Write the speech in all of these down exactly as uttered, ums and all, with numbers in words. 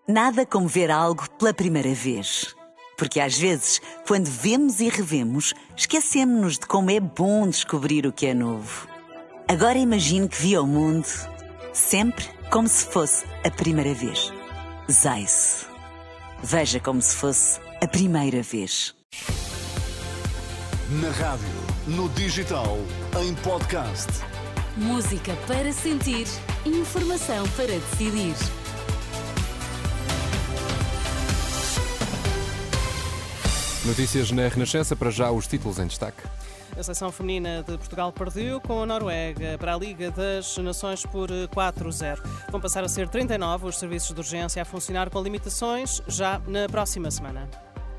Nada como ver algo pela primeira vez. Porque às vezes, quando vemos e revemos, esquecemos-nos de como é bom descobrir o que é novo. Agora imagine que viu o mundo sempre como se fosse a primeira vez. Zais. Veja como se fosse a primeira vez. Na rádio, no digital, em podcast. Música para sentir, informação para decidir. Notícias na Renascença, para já os títulos em destaque. A seleção feminina de Portugal perdeu com a Noruega para a Liga das Nações por quatro a zero. Vão passar a ser trinta e nove os serviços de urgência a funcionar com limitações já na próxima semana.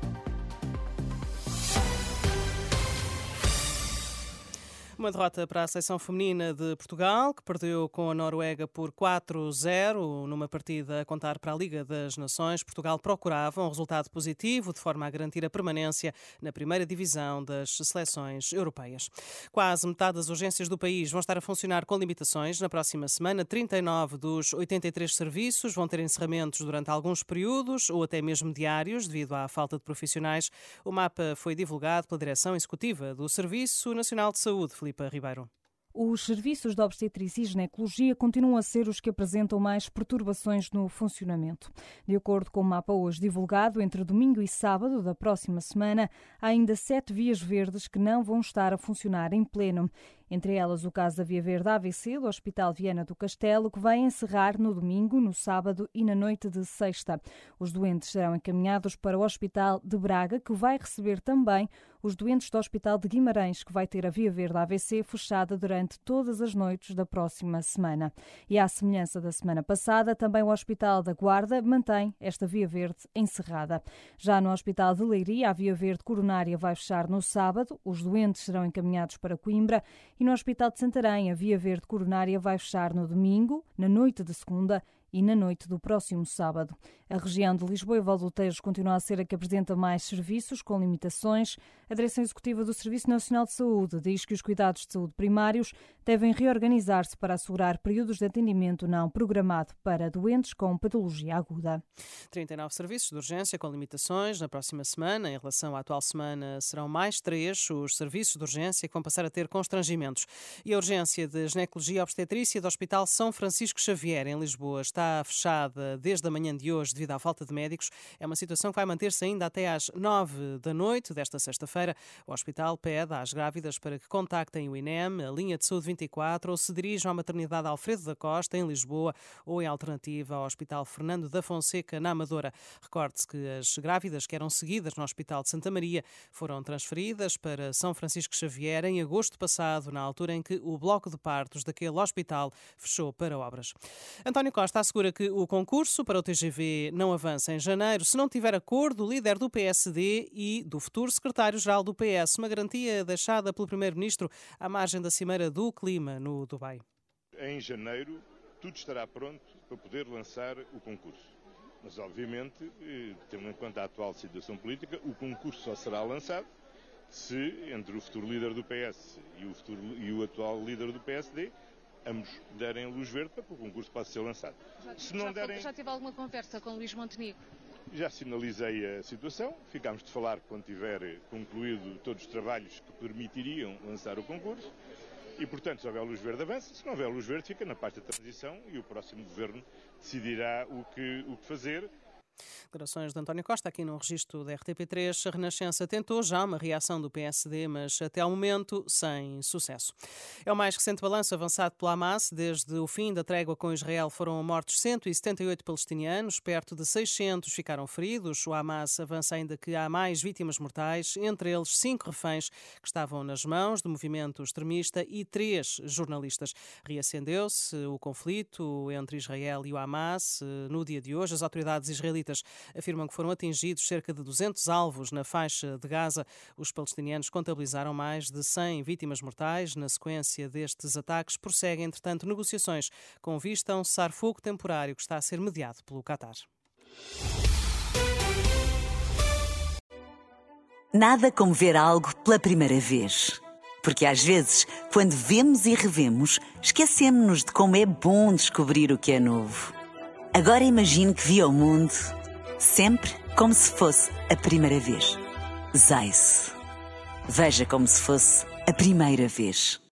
Uma derrota para a seleção feminina de Portugal, que perdeu com a Noruega por quatro a zero, numa partida a contar para a Liga das Nações. Portugal procurava um resultado positivo, de forma a garantir a permanência na primeira divisão das seleções europeias. Quase metade das urgências do país vão estar a funcionar com limitações na próxima semana. trinta e nove dos oitenta e três serviços vão ter encerramentos durante alguns períodos ou até mesmo diários, devido à falta de profissionais. O mapa foi divulgado pela Direção Executiva do Serviço Nacional de Saúde, Filipe Ribeiro. Os serviços de obstetrícia e ginecologia continuam a ser os que apresentam mais perturbações no funcionamento. De acordo com o mapa hoje divulgado, entre domingo e sábado da próxima semana, há ainda sete vias verdes que não vão estar a funcionar em pleno. Entre elas o caso da Via Verde A V C do Hospital Viana do Castelo, que vai encerrar no domingo, no sábado e na noite de sexta. Os doentes serão encaminhados para o Hospital de Braga, que vai receber também os doentes do Hospital de Guimarães, que vai ter a Via Verde A V C fechada durante todas as noites da próxima semana. E à semelhança da semana passada, também o Hospital da Guarda mantém esta Via Verde encerrada. Já no Hospital de Leiria, a Via Verde Coronária vai fechar no sábado, os doentes serão encaminhados para Coimbra. E no Hospital de Santarém, a Via Verde Coronária vai fechar no domingo, na noite de segunda e na noite do próximo sábado. A região de Lisboa e Val do Tejo continua a ser a que apresenta mais serviços com limitações. A Direção Executiva do Serviço Nacional de Saúde diz que os cuidados de saúde primários devem reorganizar-se para assegurar períodos de atendimento não programado para doentes com patologia aguda. trinta e nove serviços de urgência com limitações na próxima semana. Em relação à atual semana, serão mais três os serviços de urgência que vão passar a ter constrangimentos. E a urgência de ginecologia e obstetrícia do Hospital São Francisco Xavier, em Lisboa, está está fechada desde a manhã de hoje devido à falta de médicos. É uma situação que vai manter-se ainda até às nove da noite desta sexta-feira. O hospital pede às grávidas para que contactem o I N E M, a linha de saúde vinte e quatro, ou se dirijam à maternidade Alfredo da Costa, em Lisboa, ou em alternativa ao Hospital Fernando da Fonseca, na Amadora. Recorde-se que as grávidas que eram seguidas no Hospital de Santa Maria foram transferidas para São Francisco Xavier em agosto passado, na altura em que o bloco de partos daquele hospital fechou para obras. António Costa assegura que o concurso para o T G V não avança em janeiro se não tiver acordo do líder do P S D e do futuro secretário-geral do P S, uma garantia deixada pelo primeiro-ministro à margem da Cimeira do Clima no Dubai. Em janeiro tudo estará pronto para poder lançar o concurso. Mas, obviamente, tendo em conta a atual situação política, o concurso só será lançado se, entre o futuro líder do P S e o, futuro, e o atual líder do P S D, ambos derem luz verde para que o concurso possa ser lançado. Já, se não já, derem... já tive alguma conversa com Luís Montenegro? Já sinalizei a situação, ficámos de falar quando tiver concluído todos os trabalhos que permitiriam lançar o concurso e, portanto, se houver luz verde avança, se não houver luz verde fica na pasta de transição e o próximo governo decidirá o que, o que fazer. Declarações de António Costa aqui no registro da R T P três. A Renascença tentou já uma reação do P S D, mas até ao momento sem sucesso. É o mais recente balanço avançado pela Hamas. Desde o fim da trégua com Israel foram mortos cento e setenta e oito palestinianos, perto de seiscentos ficaram feridos. O Hamas avança ainda que há mais vítimas mortais, entre eles cinco reféns que estavam nas mãos do movimento extremista e três jornalistas. Reacendeu-se o conflito entre Israel e o Hamas no dia de hoje. As autoridades israelitas afirmam que foram atingidos cerca de duzentos alvos na faixa de Gaza. Os palestinianos contabilizaram mais de cem vítimas mortais. Na sequência destes ataques, prosseguem, entretanto, negociações com vista a um cessar-fogo temporário que está a ser mediado pelo Qatar. Nada como ver algo pela primeira vez. Porque às vezes, quando vemos e revemos, esquecemos-nos de como é bom descobrir o que é novo. Agora imagine que viu o mundo sempre como se fosse a primeira vez. Zais. Veja como se fosse a primeira vez.